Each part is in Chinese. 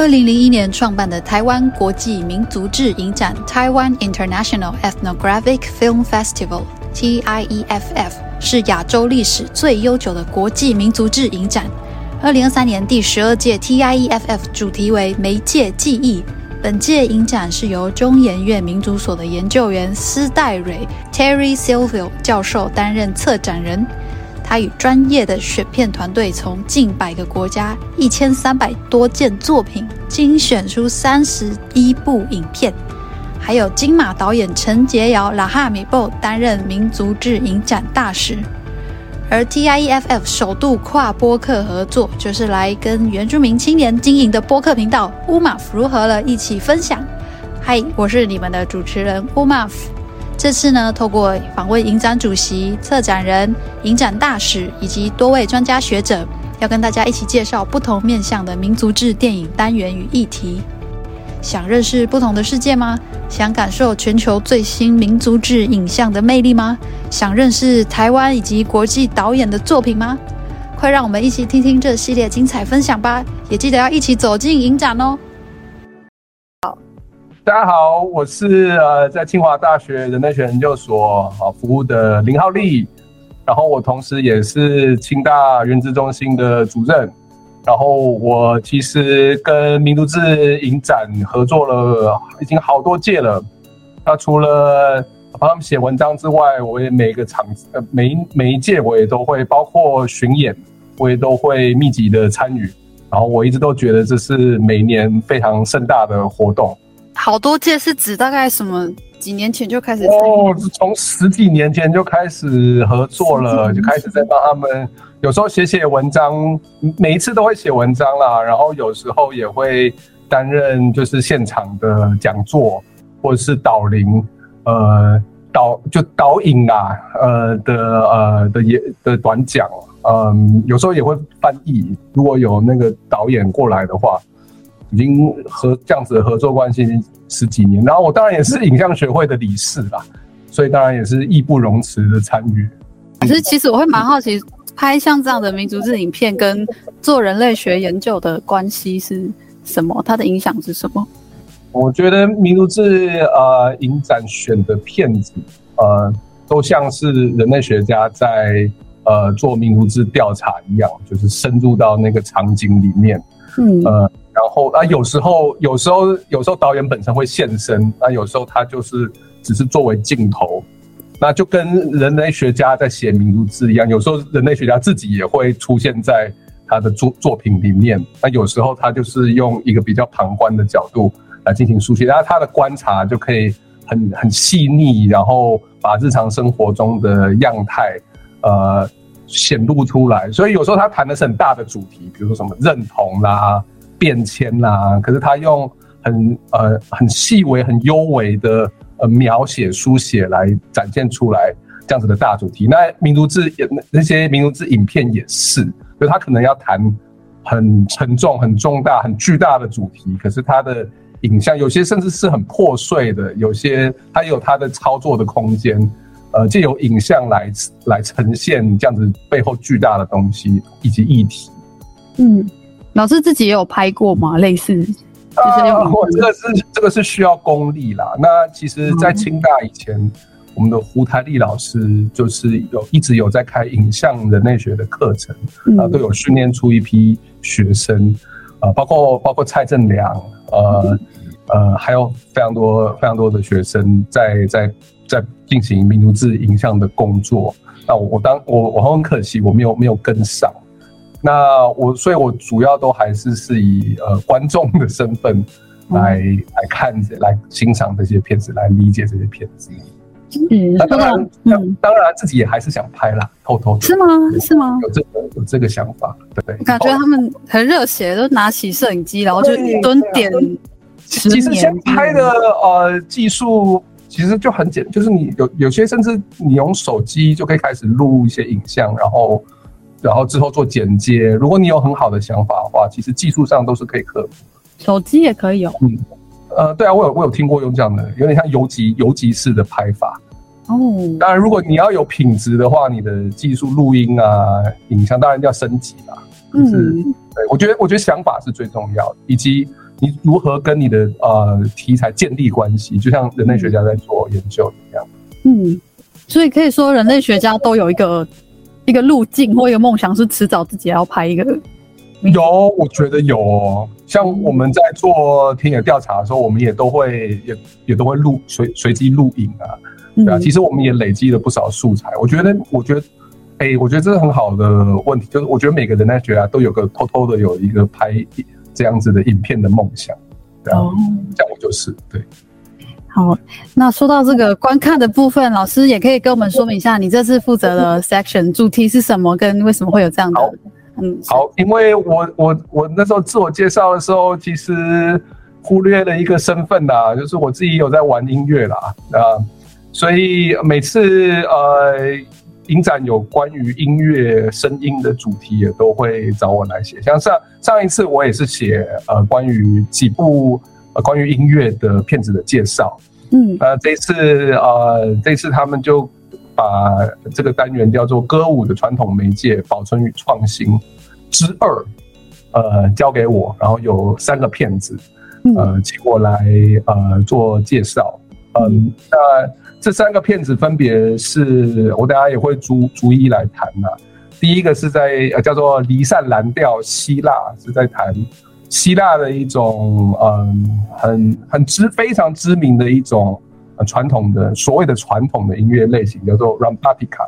2001年创办的台湾国际民族志影展 Taiwan International Ethnographic Film Festival TIEFF 是亚洲历史最悠久的国际民族志影展。2023年第12届 TIEFF 主题为媒介记忆。本届影展是由中研院民族所的研究员施代蕊 Terry Silvio 教授担任策展人。他与专业的选片团队从近100个国家1300多件作品精选出31部影片，还有金马导演陈洁瑶 Laha Mibo 担任民族志影展大使。而 TIEFF 首度跨播客合作，就是来跟原住民青年经营的播客频道 UMAF 如何了一起分享。嗨，我是你们的主持人 UMAF。这次呢，透过访问影展主席、策展人、影展大使以及多位专家学者，要跟大家一起介绍不同面向的民族志电影单元与议题。想认识不同的世界吗？想感受全球最新民族志影像的魅力吗？想认识台湾以及国际导演的作品吗？快让我们一起听听这系列精彩分享吧！也记得要一起走进影展哦。 大家好，我是在清华大学人类学研究所服务的林浩利，然后我同时也是清大原子中心的主任，然后我其实跟民族志影展合作了已经好多届了。那除了帮他们写文章之外，我也每一届我也都会，包括巡演，我也都会密集的参与。然后我一直都觉得这是每年非常盛大的活动。 好多届是指大概什么几年前就开始参与？ 从10几年前就开始合作了，就开始在帮他们，有时候写文章，每一次都会写文章啦，然后有时候也会担任就是现场的讲座，或者是导聆，导引啦，的短讲，有时候也会翻译，如果有那个导演过来的话。已经这样子的合作关系10几年，然后我当然也是影像学会的理事啦，所以当然也是义不容辞的参与。 可是其实我会蛮好奇，拍像这样的民族志影片跟做人类学研究的关系是什么？它的影响是什么？ 我觉得民族志影展选的片子都像是人类学家在做民族志调查一样，就是深入到那个场景里面。然后有时候导演本身会现身，那有时候他就是只是作为镜头，那就跟人类学家在写民族志一样，有时候人类学家自己也会出现在他的作品里面，那有时候他就是用一个比较旁观的角度来进行书写，那他的观察就可以很细腻，然后把日常生活中的样态显露出来，所以有时候他谈的是很大的主题，比如说什么认同啦、变迁啦，可是他用很细微、很幽微的描写、书写来展现出来这样子的大主题。那那些民族志影片也是，就他可能要谈很沉重、很重大、很巨大的主题，可是他的影像有些甚至是很破碎的，有些他有他的操作的空间。藉由影像来呈现这样子背后巨大的东西以及议题。 老师自己也有拍过吗？类似这个是需要功力啦。那其实在清大以前，我们的胡台丽老师就是一直有在开影像人类学的课程，都有训练出一批学生，包括蔡正良，还有非常多的学生在进行民族志影像的工作。那我很可惜我没有跟上。所以我主要都还是以观众的身份来看来欣赏这些片子，来理解这些片子。当然自己也还是想拍啦，偷偷是吗？ 有这个想法，对。 我感觉他们很热血，都拿起摄影机，然后就蹲点。 其实先拍的技术其实就很简单，就是你有些甚至你用手机就可以开始录一些影像，然后之后做剪接。如果你有很好的想法的话，其实技术上都是可以克服。 手机也可以有。 对啊，我有听过用这样的，有点像游击式的拍法。当然如果你要有品质的话，你的技术录音啊、影像当然要升级啦。对，我觉得想法是最重要的，以及你如何跟你的题材建立关系，就像人类学家在做研究一样。 所以可以说人类学家都有一个路径或一个梦想，是迟早自己要拍一个。 有，我觉得有哦。像我们在做田野调查的时候，我们也都会录随机录影啊，对啊。其实我们也累积了不少素材。我觉得这是很好的问题，就是我觉得每个人类学家都有个偷偷的有一个拍这样子的影片的梦想，对啊。像我就是对。 好，那说到这个观看的部分，老师也可以跟我们说明一下，你这次负责的 section 主题是什么，跟为什么会有这样的？ 好，因为我那时候自我介绍的时候，其实忽略了一个身份啦，就是我自己有在玩音乐啦，所以每次影展有关于音乐声音的主题，也都会找我来写。像上一次我也是写关于几部关于音乐的片子的介绍，这一次他们就把这个单元叫做歌舞的传统媒介保存与创新之2，交给我，然后有3个片子，请我来做介绍。那这3个片子分别是我大家也会逐一来谈啊。第一个是在叫做离散蓝调希腊，是在谈希腊的一种非常知名的一种传统的所谓的传统的音乐类型，叫做 Rampatica。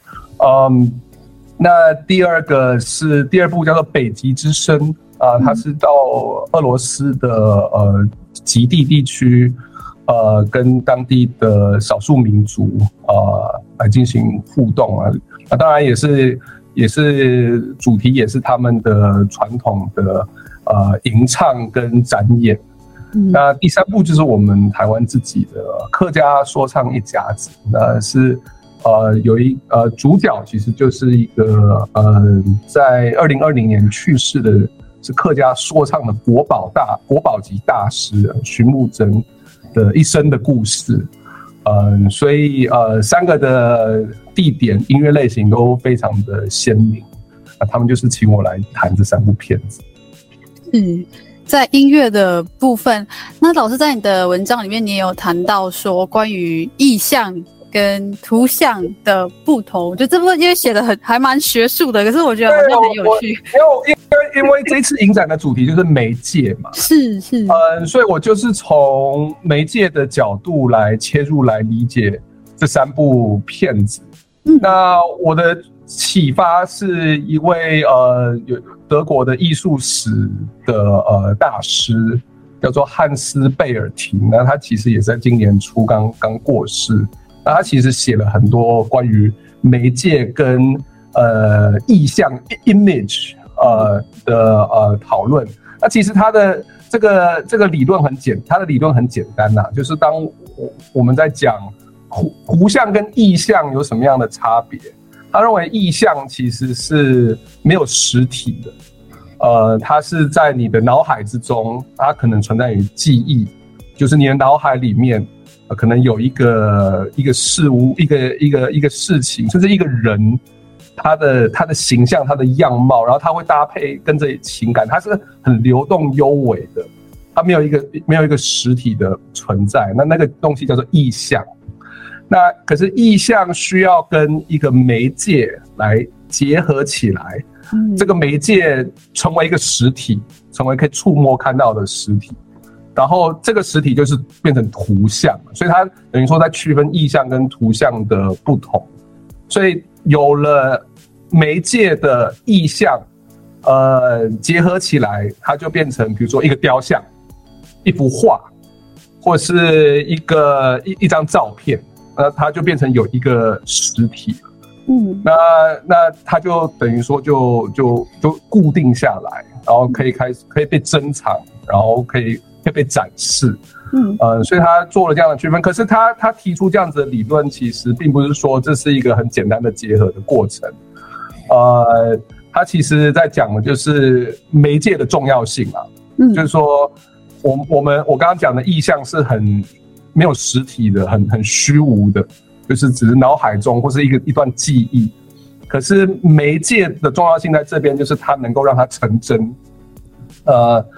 那第二部叫做北极之声，它是到俄罗斯的极地地区，跟当地的少数民族来进行互动啊。那当然也是主题也是他们的传统的吟唱跟展演。那第3部就是我们台湾自己的客家说唱一甲子，那是有主角其实就是一个在2020年去世的是客家说唱的国宝级大师徐木珍的一生的故事。所以3个的地点音乐类型都非常的鲜明，那他们就是请我来谈这3部片子。 在音乐的部分，那老师在你的文章里面，你也有谈到说关于意象跟图像的不同，我觉得这部分因为写的还蛮学术的，可是我觉得好像很有趣。 因为这次影展的主题就是媒介嘛， 是， 所以我就是从媒介的角度来切入来理解这3部片子。那我的启发是一位有德国的艺术史的大师，叫做汉斯贝尔廷。那他其实也在今年初刚过世。那他其实写了很多关于媒介跟意象 image 的讨论。那其实他的这个理论很简单呐，就是当我们在讲图像跟意象有什么样的差别。他认为意象其实是没有实体的，它是在你的脑海之中，它可能存在于记忆，就是你的脑海里面，可能有一个事物，一个事情，甚至一个人，他的形象，他的样貌，然后他会搭配跟着情感，它是很流动幽微的，它没有一个实体的存在，那个东西叫做意象。那可是意象需要跟一个媒介来结合起来，这个媒介成为一个实体，成为可以触摸看到的实体，然后这个实体就是变成图像，所以它等于说在区分意象跟图像的不同。所以有了媒介的意象，结合起来，它就变成比如说一个雕像、一幅画，或是一张照片。它就变成有一个实体了，那它就等于说就固定下来，然后可以被珍藏，然后可以被展示，所以他做了这样的区分。可是他提出这样子的理论，其实并不是说这是一个很简单的结合的过程，他其实在讲的就是媒介的重要性啊，就是说我刚刚讲的意象是很没有实体的，很虚无的，就是只是脑海中或是一段记忆。可是媒介的重要性在这边，就是它能够让它成真。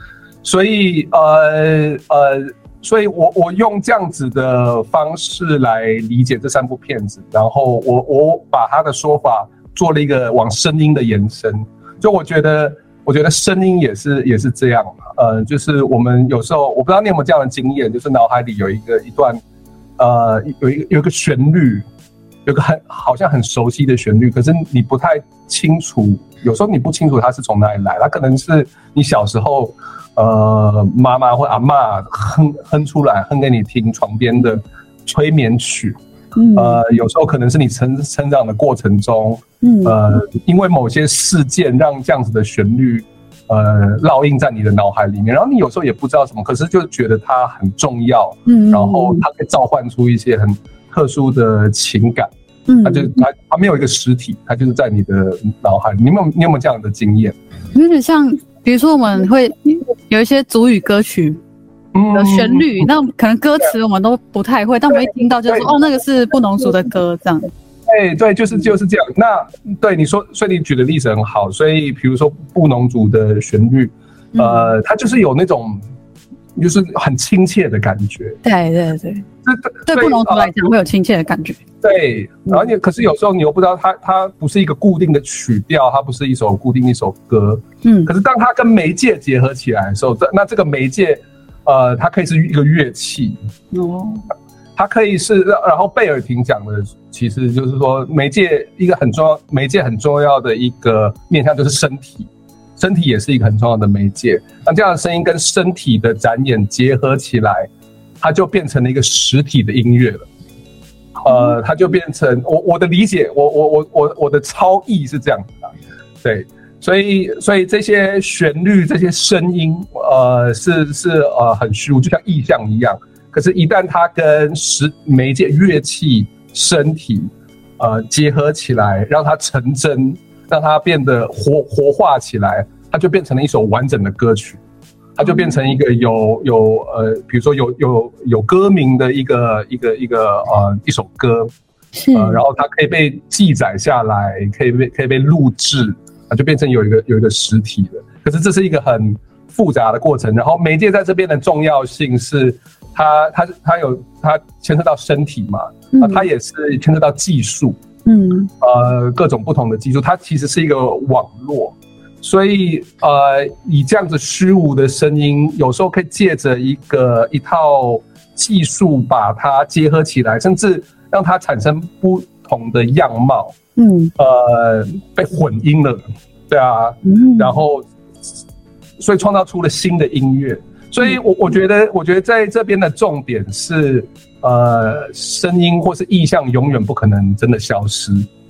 所以所以我用这样子的方式来理解这3部片子，然后我把他的说法做了一个往声音的延伸。就我觉得声音也是这样嘛，就是我们有时候我不知道你有没有这样的经验，就是脑海里有一段有一个旋律，有个好像很熟悉的旋律，可是你不太清楚，有时候你不清楚它是从哪里来，它可能是你小时候妈妈或阿嬷哼出来，哼给你听床边的催眠曲。有时候可能是你成长的过程中，因为某些事件让这样子的旋律烙印在你的脑海里面，然后你有时候也不知道什么，可是就觉得它很重要，然后它可以召唤出一些很特殊的情感。它没有一个实体，它就是在你的脑海里。你有没有这样的经验？ 有点像，比如说我们会有一些族语歌曲的旋律，那可能歌词我们都不太会，但我们一听到就是说，那个是布农族的歌，这样。 对，就是这样。那对你说，所以你举的例子很好。所以比如说布农族的旋律，它就是有那种就是很亲切的感觉。 对，对布农族来讲会有亲切的感觉。对， 然后可是有时候你又不知道它不是一个固定的曲调，它不是固定一首歌。可是当它跟媒介结合起来的时候，那这个媒介它可以是一个乐器。它可以是，然后贝尔廷讲的其实就是说媒介很重要的一个面向就是身体也是一个很重要的媒介。那这样的声音跟身体的展演结合起来，它就变成了一个实体的音乐了。它就变成我的理解，我的超意是这样子的。对，所以这些旋律这些声音是很虚无，就像意象一样。可是，一旦它跟媒介、乐器、身体结合起来，让它成真，让它变得活化起来，它就变成了一首完整的歌曲。它就变成一个比如说有歌名的一首歌，然后它可以被记载下来，可以被录制，就变成有一个实体的。可是这是一个很复杂的过程。然后媒介在这边的重要性是，它牵涉到身体嘛，它也是牵涉到技术，各种不同的技术，它其实是一个网络。所以以这样子虚无的声音，有时候可以借着一套技术把它结合起来，甚至让它产生不同的样貌，被混音了，对啊，然后所以创造出了新的音乐。所以我觉得在这边的重点是，声音或是意象永远不可能真的消失，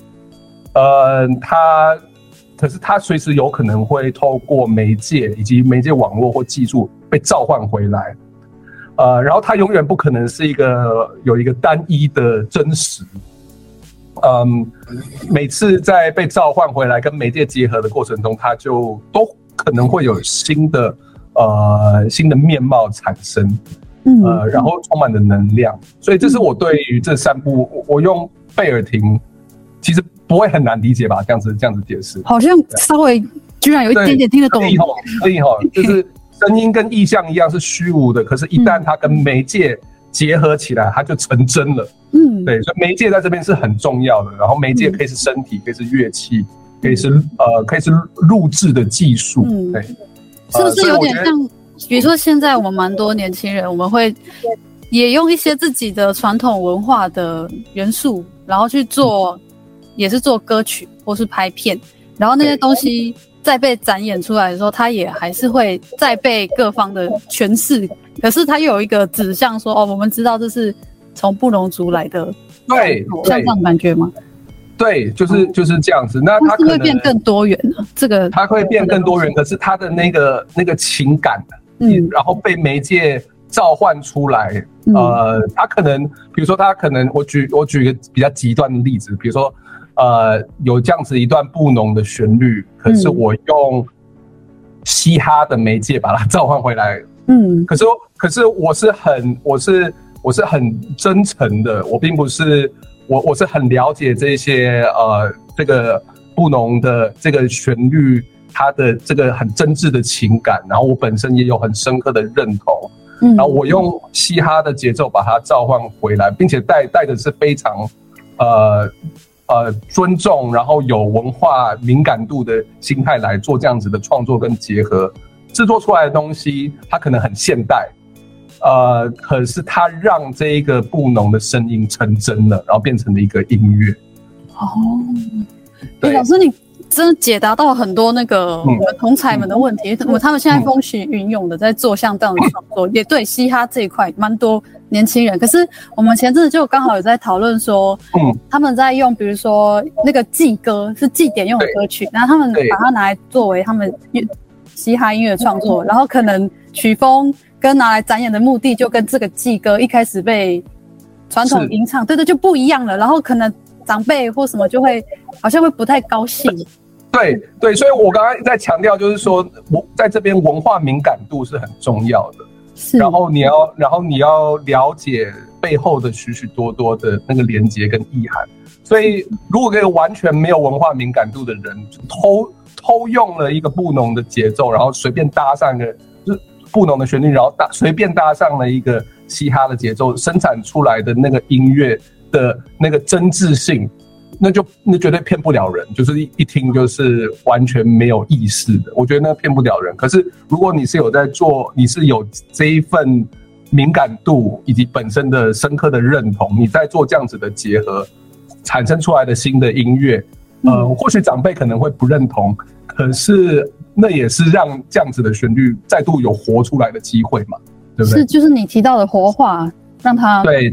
可是它随时有可能会透过媒介以及媒介网络或技术被召唤回来，然后它永远不可能是有一个单一的真实，每次在被召唤回来跟媒介结合的过程中，它就都可能会有新的面貌产生，然后充满了能量。所以这是我对于这3部，我用贝尔廷，其实不会很难理解吧？这样子解释， 好像稍微居然有一点点听得懂。 可以就是声音跟意象一样是虚无的，可是一旦它跟媒介结合起来，它就成真了。对，所以媒介在这边是很重要的。然后媒介可以是身体，可以是乐器，可以是录制的技术。对， 是不是有点像？比如说现在我们蛮多年轻人，我们会也用一些自己的传统文化的元素，然后去做。也是做歌曲或是拍片，然后那些东西再被展演出来的时候，它也还是会再被各方的诠释。可是它又有一个指向说，我们知道这是从布农族来的， 对， 像这样的感觉吗？ 对，就是这样子。那它是会变更多元了，这个它会变更多元，可是它的那个情感，然后被媒介召唤出来。它可能，比如说，我举一个比较极端的例子，比如说。有这样子一段布农的旋律，可是我用嘻哈的媒介把它召唤回来。可是我是很真诚的，我并不是我是很了解这些这个布农的这个旋律， 他的这个很真挚的情感，然后我本身也有很深刻的认同，然后我用嘻哈的节奏把它召唤回来，并且带的是非常尊重，然后有文化敏感度的心态来做这样子的创作跟结合，制作出来的东西它可能很现代，可是它让这一个布农的声音成真了，然后变成了一个音乐。 对，老师你真的解答到很多那个我们同才们的问题，他们现在风起云涌的在做像这样的创作，也对嘻哈这一块蛮多年轻人。可是我们前阵子就刚好有在讨论说，他们在用比如说那个祭歌是祭典用的歌曲，然后他们把它拿来作为他们嘻哈音乐创作，然后可能曲风跟拿来展演的目的就跟这个祭歌一开始被传统吟唱，对，就不一样了，然后可能长辈或什么就会好像会不太高兴。 对，所以我刚刚在强调，就是说，在这边文化敏感度是很重要的，然后你要了解背后的许许多多的那个连结跟意涵。所以，如果给完全没有文化敏感度的人偷用了一个布农的节奏，然后随便搭上一个就是布农的旋律，然后随便搭上了一个嘻哈的节奏，生产出来的那个音乐的那个真挚性，那绝对骗不了人，就是一听就是完全没有意识的，我觉得那骗不了人。可是如果你是有在做，你是有这一份敏感度以及本身的深刻的认同，你在做这样子的结合，产生出来的新的音乐，或许长辈可能会不认同，可是那也是让这样子的旋律再度有活出来的机会嘛，对不对？ 是，就是你提到的活化，让它对，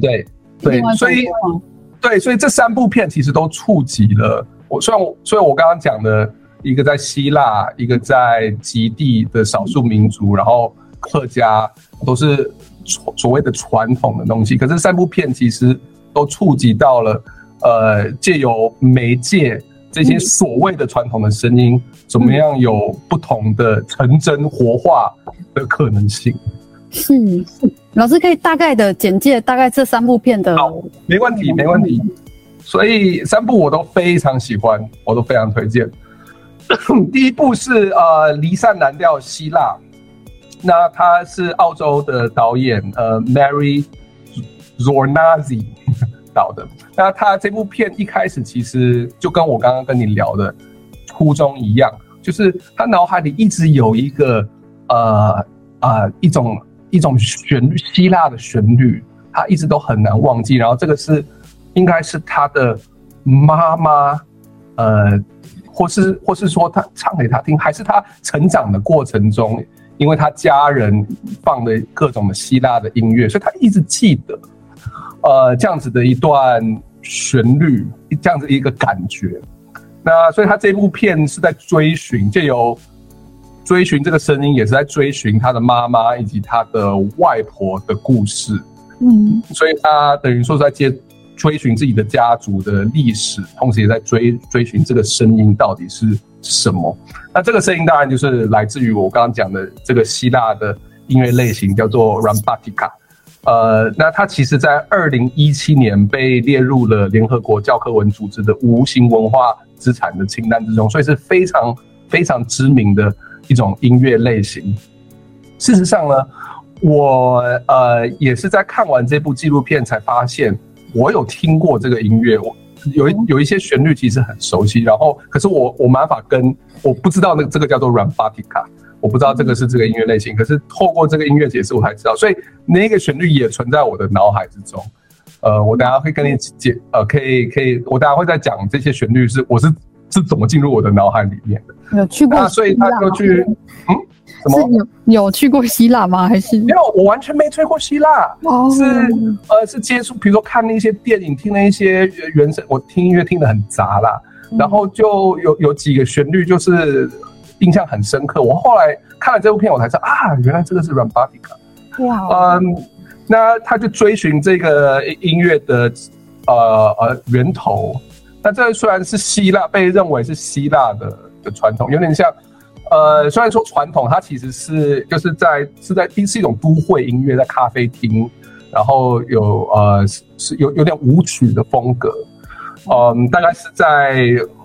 所以这3部片其实都触及了所以我刚刚讲的一个在希腊，一个在极地的少数民族，然后客家都是所谓的传统的东西。可是3部片其实都触及到了借由媒介这些所谓的传统的声音，怎么样有不同的成真活化的可能性。 是，老师可以大概的简介大概这3部片的。 好，没问题。所以3部我都非常喜欢，我都非常推荐。第一部是离散蓝调希腊，那他是澳洲的导演Mary Zornazi 导的。那他这部片一开始其实就跟我刚刚跟你聊的初衷一样，就是他脑海里一直有一个一种旋律，希腊的旋律，他一直都很难忘记。然后这个应该是他的妈妈，或是说他唱给他听，还是他成长的过程中，因为他家人放的各种的希腊的音乐，所以他一直记得这样子的一段旋律，这样子一个感觉。那所以他这部片是在借由追寻这个声音，也是在追寻他的妈妈以及他的外婆的故事。所以他等于说是在追寻自己的家族的历史，同时也在追寻这个声音到底是什么。那这个声音当然就是来自于我刚刚讲的这个希腊的音乐类型，叫做 Rambatika。那它其实在2017年被列入了联合国教科文组织的无形文化资产的清单之中，所以是非常非常知名的一种音乐类型。事实上呢，我也是在看完这部纪录片才发现，我有听过这个音乐，有一些旋律其实很熟悉，然后可是我没办法我不知道这个叫做 Rambatika， 我不知道这个是这个音乐类型，可是透过这个音乐解释我才知道，所以那个旋律也存在我的脑海之中。我等一下会跟你可以，我等一下会再讲这些旋律是怎么进入我的脑海里面的。 有去过希腊吗？ 所以他就去什么？ 是有去过希腊吗？还是没有？我完全没去过希腊。是接触，比如说看那些电影，听那些原声，我听音乐听得很杂啦。然后就有几个旋律就是印象很深刻。我后来看了这部片，我才知道原来这个是 Rambatika。哇。那他就追寻这个音乐的源头。那这虽然是希腊，被认为是希腊的传统，有点像虽然说传统，它其实是一种都会音乐，在咖啡厅，然后有点舞曲的风格。大概是在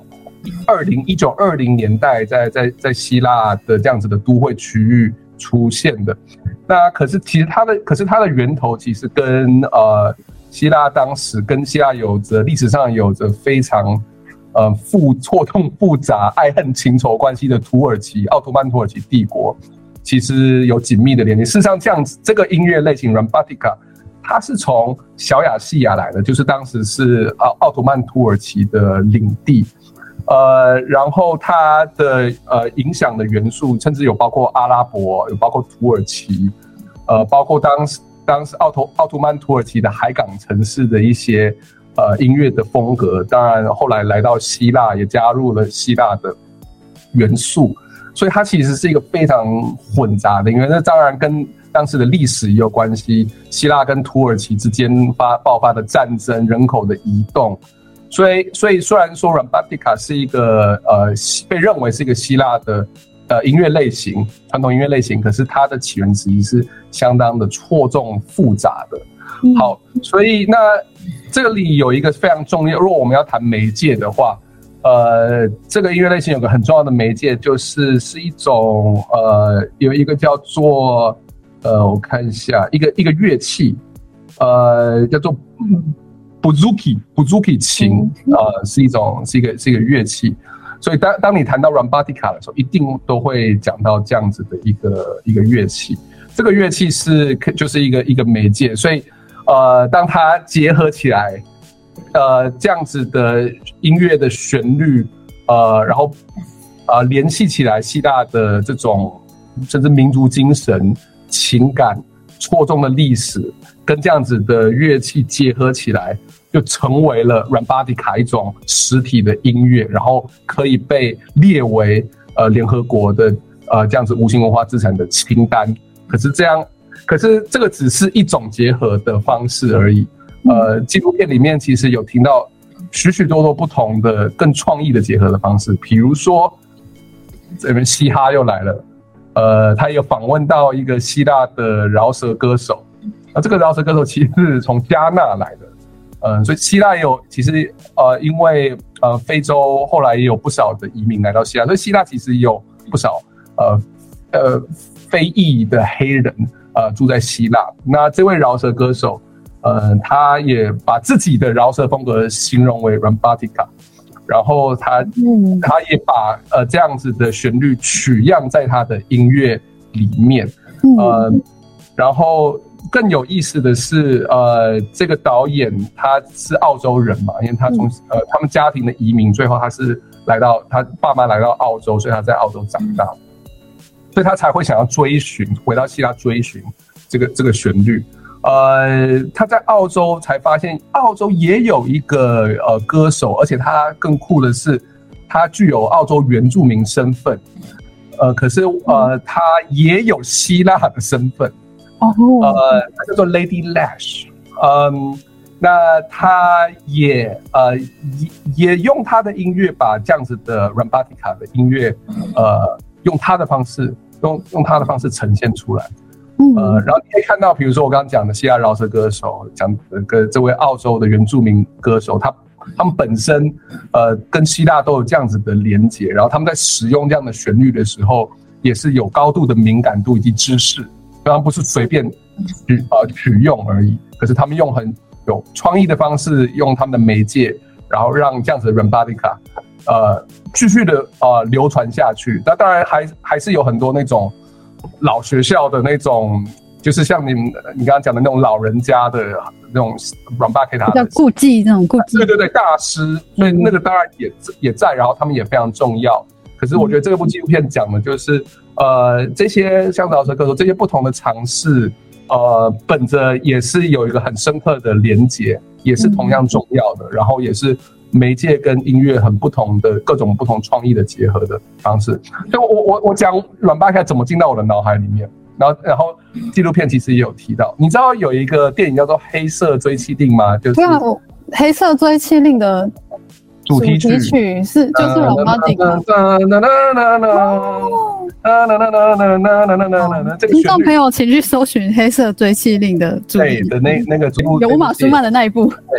1920年代在希腊的这样子的都会区域出现的。那可是其实它的源头其实跟希腊当时跟希腊历史上有着非常错综复杂、爱恨情仇关系的奥图曼土耳其帝国，其实有紧密的连接。事实上，这个音乐类型 Rumbatika， 它是从小亚细亚来的，就是当时是奥图曼土耳其的领地。然后它的影响的元素，甚至有包括阿拉伯，有包括土耳其，包括当时奥图曼土耳其的海港城市的一些音乐的风格。当然后来来到希腊，也加入了希腊的元素，所以它其实是一个非常混杂的音乐。那当然跟当时的历史也有关系，希腊跟土耳其之间爆发的战争，人口的移动。所以虽然说 Rumbatika 是一个被认为是一个希腊的音乐类型，传统音乐类型，可是它的起源其实是相当的错综复杂的。好，所以那这里有一个非常重要，如果我们要谈媒介的话，这个音乐类型有个很重要的媒介，是一种有一个叫做我看一下一个乐器，叫做Bouzouki 琴，是一个乐器。所以当你谈到 Rumbatika 的时候，一定都会讲到这样子的一个乐器。这个乐器就是一个媒介，所以当它结合起来，这样子的音乐的旋律，然后联系起来希腊的这种甚至民族精神、情感、错综的历史，跟这样子的乐器结合起来，就成为了 Rumbatika 一种实体的音乐，然后可以被列为联合国的这样子无形文化资产的清单。可是这个只是一种结合的方式而已。纪录片里面其实有听到许多不同的更创意的结合的方式，比如说这边嘻哈又来了，他有访问到一个希腊的饶舌歌手，这个饶舌歌手其实是从加纳来的。所以希腊其实因为非洲后来也有不少的移民来到希腊，所以希腊其实有不少非裔的黑人住在希腊。那这位饶舌歌手他也把自己的饶舌风格形容为 Rumbatika， 然后他也把这样子的旋律取样在他的音乐里面。然后更有意思的是，这个导演他是澳洲人嘛，因为他从他们家庭的移民，最后他爸妈来到澳洲，所以他在澳洲长大，所以他才会想要回到希腊追寻这个旋律。他在澳洲才发现，澳洲也有一个歌手，而且他更酷的是，他具有澳洲原住民身份，可是他也有希腊的身份。他叫做 Lady Lash， 那他也用他的音乐把这样子的 Rumbatika 的音乐，用他的方式呈现出来。然后你可以看到，比如说我刚刚讲的希腊饶舌歌手，讲跟这位澳洲的原住民歌手，他们本身跟希腊都有这样子的连结，然后他们在使用这样的旋律的时候，也是有高度的敏感度以及知识。当然不是随便取用而已，可是他们用很有创意的方式，用他们的媒介，然后让这样子的 Rumbatika继续的流传下去。那当然还是有很多那种老学校的那种，就是像你刚刚讲的那种老人家的那种 Rumbatika 叫顾忌那种顾忌， 对大师，所以那个当然也在，然后他们也非常重要。可是我觉得这部纪录片讲的就是这些像饶舌歌手这些不同的尝试，本着也是有一个很深刻的连结，也是同样重要的，然后也是媒介跟音乐很不同的各种不同创意的结合的方式。所以我讲Rumbatika怎么进到我的脑海里面，然后纪录片其实也有提到，你知道有一个电影叫做《黑色追妻令》吗？就是黑色追妻令的主题曲就是Rumbatika。听众朋友，请去搜寻《黑色追妻令》的主题对的那个有乌玛舒曼的那一部。 对，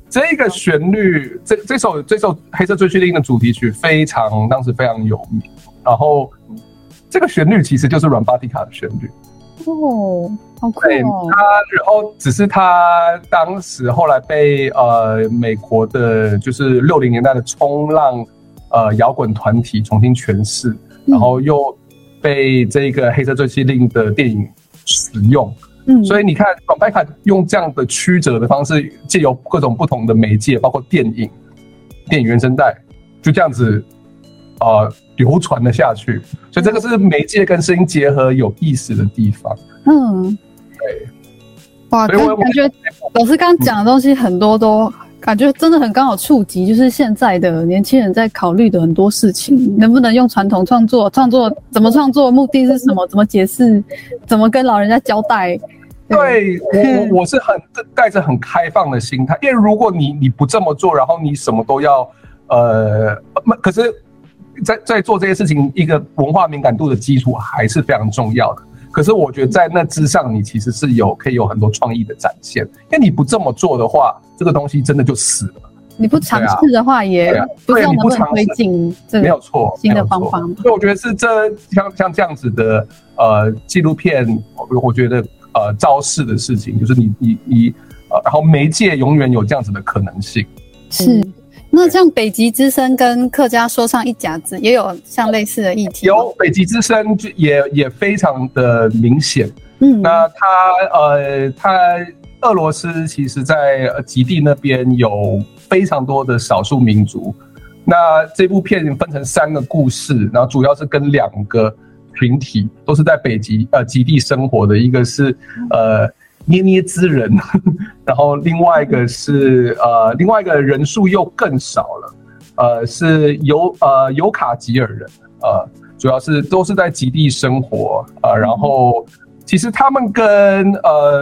这个旋律，这首《黑色追剧令》的主题曲当时非常有名，然后这个旋律其实就是软巴蒂卡的旋律。 哦，好酷哦！ 然后只是他当时后来被美国的，就是60年代的冲浪摇滚团体重新诠释，然后又被这个黑色追剧令的电影使用。所以你看，软巴蒂卡用这样的曲折的方式，借由各种不同的媒介，包括电影原声带，就这样子流传了下去，所以这个是媒介跟声音结合有意思的地方。对， 哇，感觉老师刚刚讲的东西很多都感觉真的很刚好触及，就是现在的年轻人在考虑的很多事情，能不能用传统创作怎么创作，目的是什么，怎么解释，怎么跟老人家交代。 对，我是带着很开放的心态，因为如果你不这么做，然后你什么都要可是在做这些事情，一个文化敏感度的基础还是非常重要的。可是我觉得在那之上，你其实是可以有很多创意的展现。因为你不这么做的话，这个东西真的就死了。你不尝试的话，也不知道能不能推进这个新的方法。 所以我觉得是像这样子的纪录片，我觉得昭示的事情，就是你然后媒介永远有这样子的可能性。 是。那像北极之声跟客家说唱一甲子也有像类似的议题。 有，北极之声也非常的明显。那他俄罗斯其实在极地那边有非常多的少数民族。那这部片分成3个故事，然后主要是跟2个群体都是在极地生活的，一个是捏捏之人，然后另外一个是另外一个人数又更少了，是尤卡吉尔人，主要是都是在极地生活，然后其实他们跟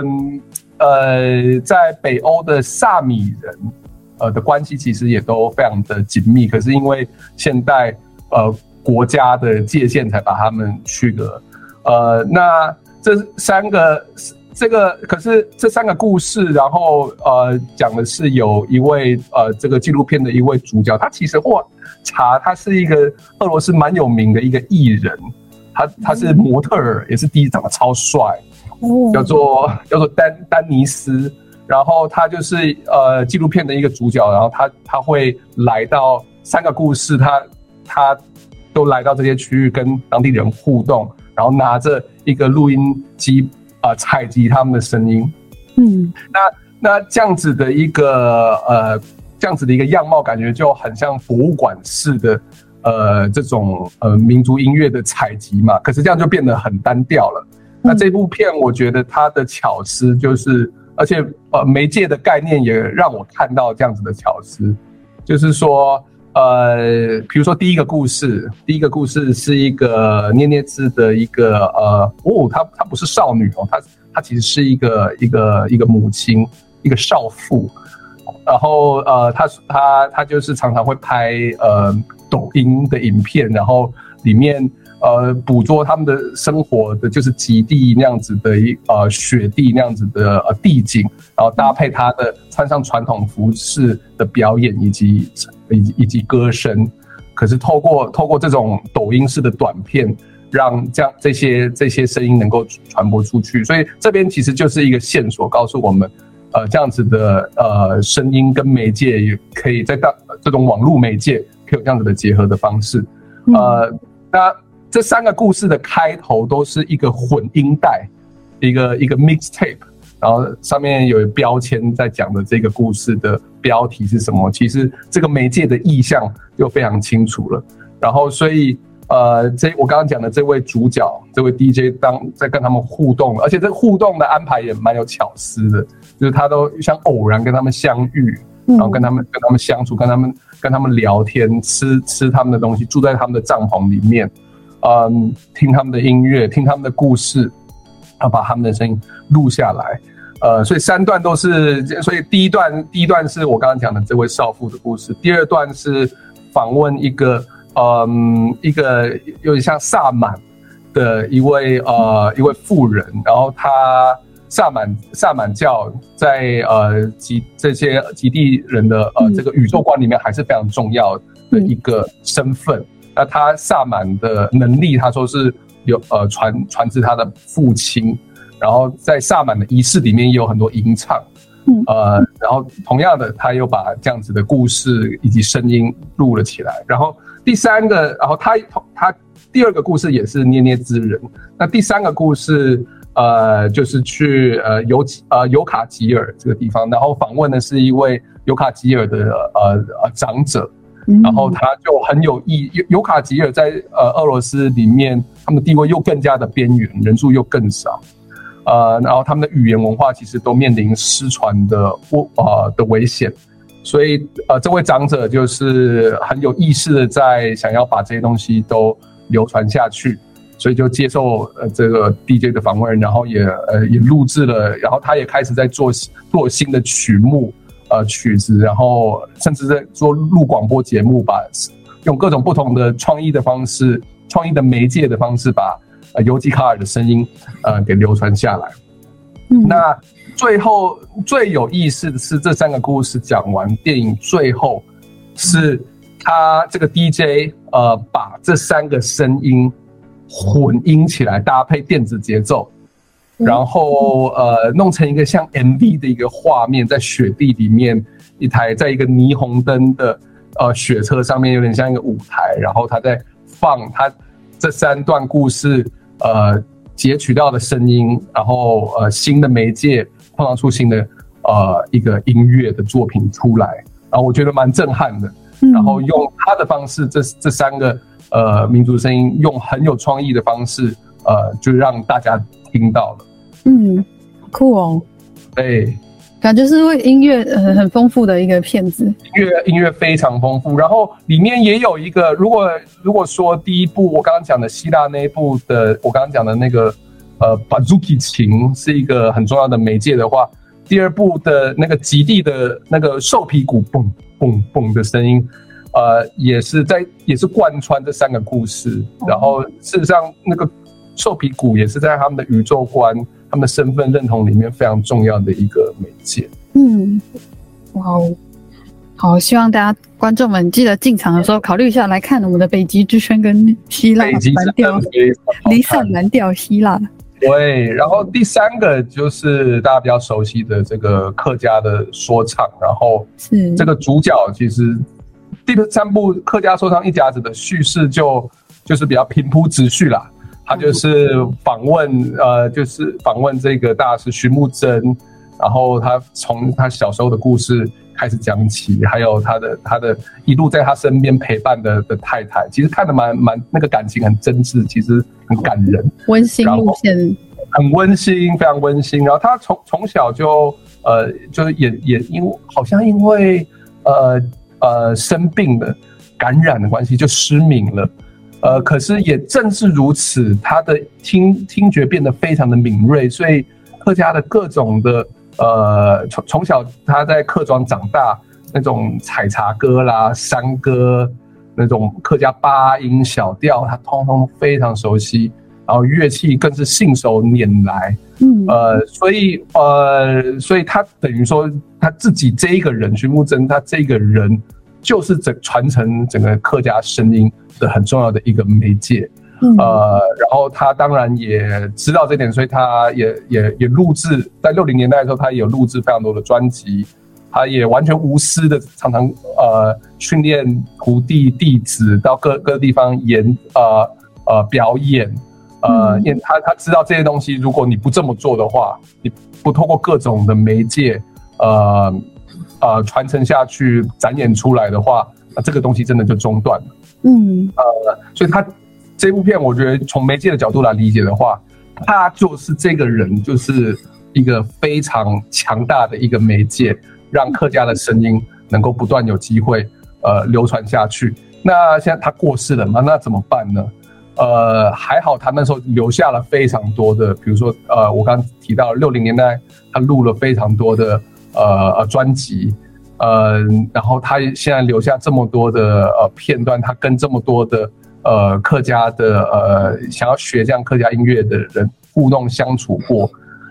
在北欧的萨米人的关系其实也都非常的紧密，可是因为现代国家的界限才把他们区隔，那这3个故事，然后讲的是有一位这个纪录片的一位主角，他其实他是一个俄罗斯蛮有名的一个艺人，他是模特儿，也是第一长得超帅，叫做丹尼斯，然后他就是纪录片的一个主角，然后他会来到3个故事，他都来到这些区域跟当地人互动，然后拿着一个录音机采集他们的声音。那这样子的一个样貌，感觉就很像博物馆式的这种民族音乐的采集嘛，可是这样就变得很单调了。那这部片我觉得它的巧思就是，而且媒介的概念也让我看到这样子的巧思，就是说比如说第一个故事是一个捏捏兹的一个她不是少女哦，她其实是一个母亲，一个少妇，然后她就是常常会拍抖音的影片，然后里面捕捉他们的生活的就是极地那样子的雪地那样子的地景，然后搭配她的穿上传统服饰的表演以及歌声，可是透过这种抖音式的短片，让这些声音能够传播出去，所以这边其实就是一个线索，告诉我们这样子的声音跟媒介也可以在这种网络媒介可以有这样子的结合的方式。那这3个故事的开头都是一个混音带，一个 mixtape， 然后上面有标签在讲的这个故事的标题是什么，其实这个媒介的意象就非常清楚了。然后所以我刚刚讲的这位主角，这位 DJ 在跟他们互动，而且这个互动的安排也蛮有巧思的，就是他都像偶然跟他们相遇，然后跟他们相处，跟他们聊天，吃他们的东西，住在他们的帐篷里面，听他们的音乐，听他们的故事，然后把他们的声音录下来。所以3段都是，所以第一段是我刚刚讲的这位少妇的故事，第2段是访问一个有点像萨满的一位妇人，然后萨满教在这些极地人的这个宇宙观里面还是非常重要的一个身份。那他萨满的能力，他说是有传自他的父亲，然后在萨满的仪式里面也有很多吟唱。然后同样的，他又把这样子的故事以及声音录了起来。然后第三个，然后他第二个故事也是捏捏之人。那第三个故事，就是去尤卡吉尔这个地方，然后访问的是一位尤卡吉尔的长者，然后他就很有意义。尤卡吉尔在俄罗斯里面，他们的地位又更加的边缘，人数又更少。然后他们的语言文化其实都面临失传的危险，所以这位长者就是很有意识的在想要把这些东西都流传下去，所以就接受这个 DJ 的访问，然后也录制了，然后他也开始在做新的曲目曲子，然后甚至在录广播节目，用各种不同的创意的方式、创意的媒介的方式把尤吉卡尔的声音给流传下来。那最后最有意思的是，这三个故事讲完，电影最后是他这个 DJ 把这三个声音混音起来，搭配电子节奏，然后弄成一个像 MV 的一个画面，在雪地里面，在一个霓虹灯的雪车上面，有点像一个舞台，然后他在放他这三段故事截取到的声音，然后新的媒介碰撞出新的一个音乐的作品出来，然后我觉得蛮震撼的。然后用他的方式，这三个民族声音，用很有创意的方式，就让大家听到了。 酷哦。 对， 感觉是会音乐很丰富的一个片子。 音乐非常丰富，然后里面也有一个，如果说第一部我刚刚讲的希腊那一部的，我刚刚讲的那个Bouzouki 琴是一个很重要的媒介的话，第二部的那个极地的那个兽皮鼓蹦蹦蹦的声音，也是贯穿这三个故事。然后事实上，那个兽皮鼓也是在他们的宇宙观、他们的身份认同里面非常重要的一个媒介。 哇哦，好，希望大家观众们记得进场的时候考虑一下来看我们的《北极之声》跟希腊蓝调、离散蓝调希腊。 对，然后第三个就是大家比较熟悉的这个客家的说唱，然后这个主角其实第三部客家说唱一甲子的叙事就是比较平铺直叙啦，他就是访问这个大师徐木珍，然后他从他小时候的故事开始讲起，还有他的一路在他身边陪伴的太太，其实看得蛮那个感情很真挚，其实很感人， 温馨路线， 很温馨，非常温馨。然后他从小就是也好像因为生病的感染的关系就失明了。可是也正是如此，他的听觉变得非常的敏锐，所以客家的各种的从小他在客庄长大，那种采茶歌啦、山歌，那种客家八音小调，他通通非常熟悉，然后乐器更是信手拈来。所以他等于说他自己这一个人，徐木珍他这个人就是传承整个客家声音的很重要的一个媒介。然后他当然也知道这点，所以他也录制，在60年代的时候，他也有录制非常多的专辑，他也完全无私的常常训练徒弟弟子到各地方表演，因为他知道这些东西，如果你不这么做的话，你不透过各种的媒介传承下去、展演出来的话，这个东西真的就中断了。所以他这部片，我觉得从媒介的角度来理解的话，他就是这个人，就是一个非常强大的一个媒介，让客家的声音能够不断有机会流传下去。那现在他过世了嘛，那怎么办呢？还好他那时候留下了非常多的，比如说我刚刚提到60年代他录了非常多的专辑，然后他现在留下这么多的片段，他跟这么多的客家的想要学这样客家音乐的人互动相处过，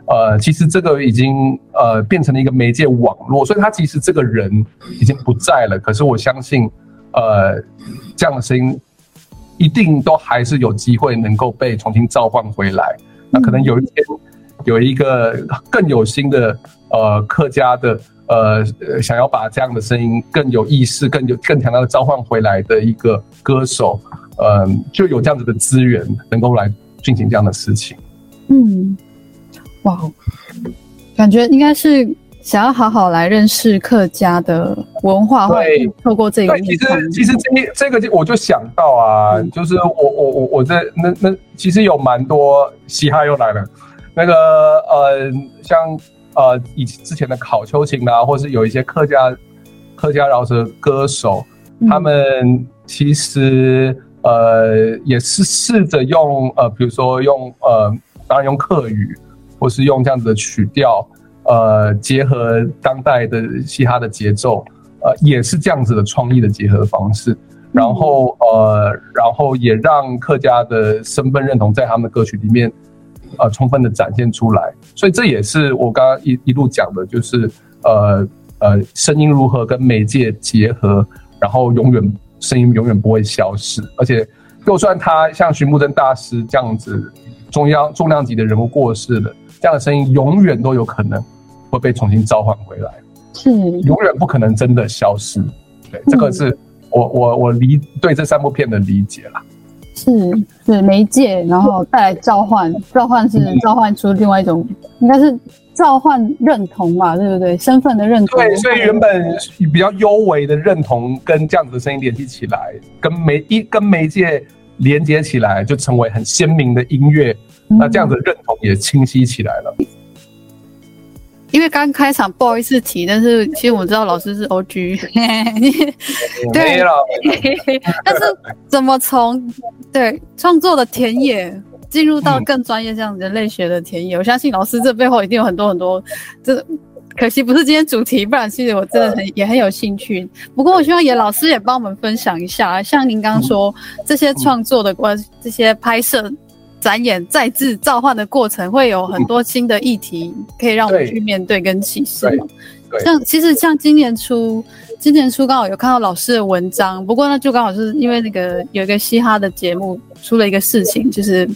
其实这个已经变成了一个媒介网络，所以他其实这个人已经不在了，可是我相信这样的声音一定都还是有机会能够被重新召唤回来。那可能有一天有一个更有心的客家的想要把这样的声音更有意识、更强大的召唤回来的一个歌手，就有这样子的资源能够来进行这样的事情。 哇，感觉应该是想要好好来认识客家的文化， 对， 透过这个。 其实这个我就想到啊，就是我在那其实有蛮多嘻哈又来了，那个像以之前的考秋琴啊，或是有一些客家饶舌歌手，他们其实也是试着用比如说用当然用客语，或是用这样子的曲调，结合当代的嘻哈的节奏，也是这样子的创意的结合方式，然后也让客家的身份认同在他们的歌曲里面充分的展现出来。所以这也是我刚刚一路讲的，就是声音如何跟媒介结合，然后声音永远不会消失，而且就算他像徐木珍大师这样子重量级的人物过世了，这样的声音永远都有可能会被重新召唤回来， 是永远不可能真的消失。对，这个是我对这3部片的理解啦。 是媒介，然后带来召唤是召唤出另外一种，应该是召唤认同嘛，对不对？身份的认同。 对，所以原本比较幽微的认同跟这样子的声音联系起来，跟媒介连接起来，就成为很鲜明的音乐。那这样的认同也清晰起来了。 因为刚开场不好意思提，但是其实我知道老师是 OG， 对，但是怎么从创作的田野进入到更专业这样人类学的田野，我相信老师这背后一定有很多很多，这可惜不是今天主题，不然其实我真的也很有兴趣。不过我希望老师也帮我们分享一下，像您刚刚说这些创作的这些拍摄。展演再制召唤的过程会有很多新的议题可以让我们去面对跟启示嘛。其实像今年初刚好有看到老师的文章，不过那就刚好是因为那个有一个嘻哈的节目出了一个事情，就是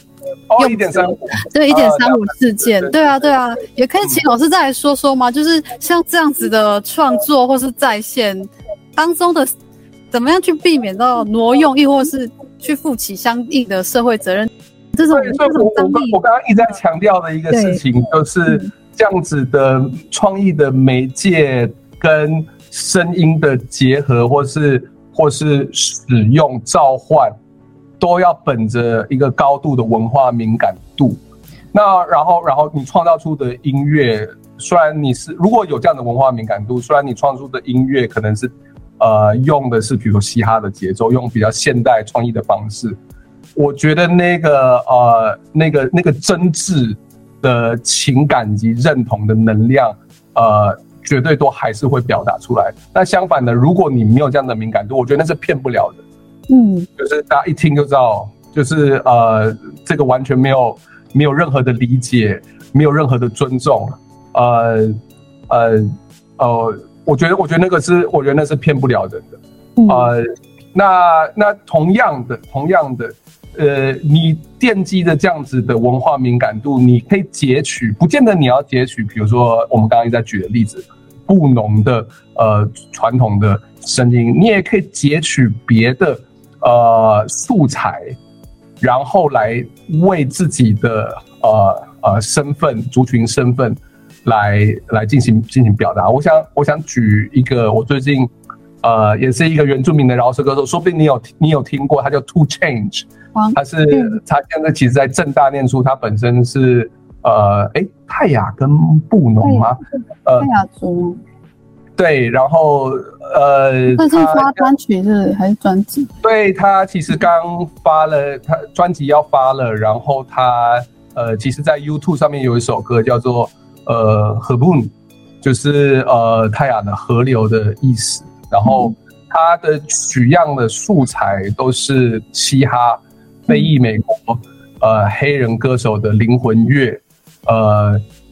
1.35 对1.35事件，对啊，也可以请老师再来说说吗？就是像这样子的创作或是再现当中的怎么样去避免到挪用，亦或是去负起相应的社会责任。 所以我刚刚一直在强调的一个事情，就是这样子的创意的媒介跟声音的结合，或是使用召唤，都要本着一个高度的文化敏感度。那然后你创造出的音乐，虽然如果有这样的文化敏感度，虽然你创作出的音乐可能是用的是比如说嘻哈的节奏，用比较现代创意的方式。我觉得那个真挚的情感以及认同的能量，绝对都还是会表达出来。那相反的，如果你没有这样的敏感度，我觉得那是骗不了的。就是大家一听就知道，就是这个完全没有任何的理解，没有任何的尊重。我觉得那是骗不了人的。那同样的。你奠基的这样子的文化敏感度，你可以截取，不见得你要截取，比如说我们刚刚一直在举的例子，布农的传统的声音，你也可以截取别的素材，然后来为自己的身份、族群身份来进行表达。我想举一个我最近也是一个原住民的饶舌歌手，说不定你有听过，他叫 2 Chainz。他现在其实在政大念书，他本身是泰雅跟布农吗？ 泰雅族。 对，然后最近发专曲还是专辑？ 对，他其实刚发了，他专辑要发了，然后他其实在 YouTube 上面有一首歌叫做河bun就是泰雅的河流的意思，然后他的取样的素材都是嘻哈。非裔美国黑人歌手的灵魂乐，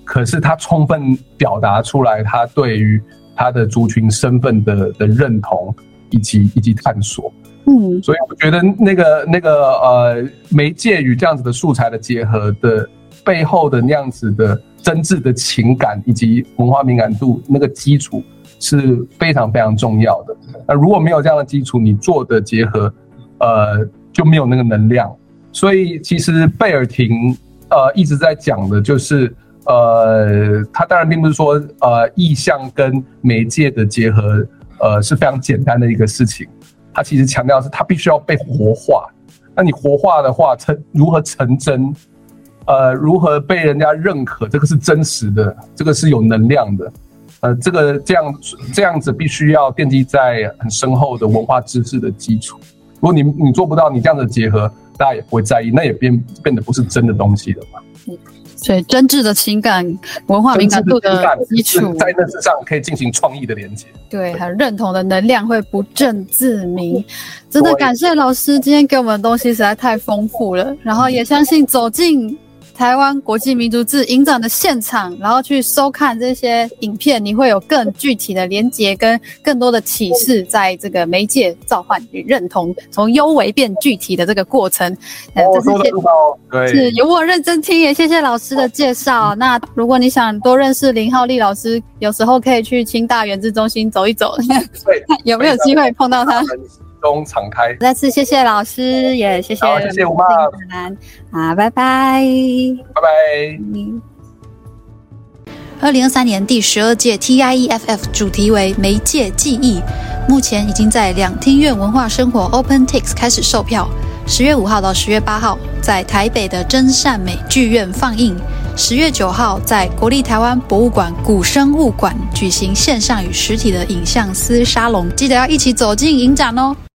可是他充分表达出来他对于他的族群身份的认同以及探索。所以我觉得那个媒介与这样子的素材的结合的背后的那样子的真挚的情感以及文化敏感度，那个基础是非常非常重要的。那如果没有这样的基础，你做的结合就没有那个能量。所以其实贝尔廷一直在讲的就是他当然并不是说意象跟媒介的结合是非常简单的一个事情。他其实强调的是，他必须要被活化。那你活化的话，如何成真？如何被人家认可？这个是真实的，这个是有能量的。这个这样子必须要奠基在很深厚的文化知识的基础。如果你做不到，你这样的结合，大家也不会在意，那也变得不是真的东西了嘛。 所以真挚的情感、文化敏感度的基础， 在那之上可以进行创意的连接。 对，还有认同的能量会不证自明。真的感谢老师今天给我们的东西实在太丰富了，然后也相信走进台湾国际民族志影展的现场，然后去收看这些影片，你会有更具体的连结跟更多的启示，在这个媒介召唤与认同从幽微变具体的这个过程。是由我认真听，也谢谢老师的介绍。那如果你想多认识林浩立老师，有时候可以去清大原子中心走一走，对，有没有机会碰到他？ 中敞开。 再次谢谢老师，也谢谢吴妈。 好，拜拜。 拜拜。2023年第12届 TIEFF 主题为媒介记忆，目前已经在两厅院文化生活 OpenTix 开始售票，10月5号到10月8号在台北的真善美剧院放映，10月9号在国立台湾博物馆古生物馆举行线上与实体的影像丝沙龙，记得要一起走进影展哦。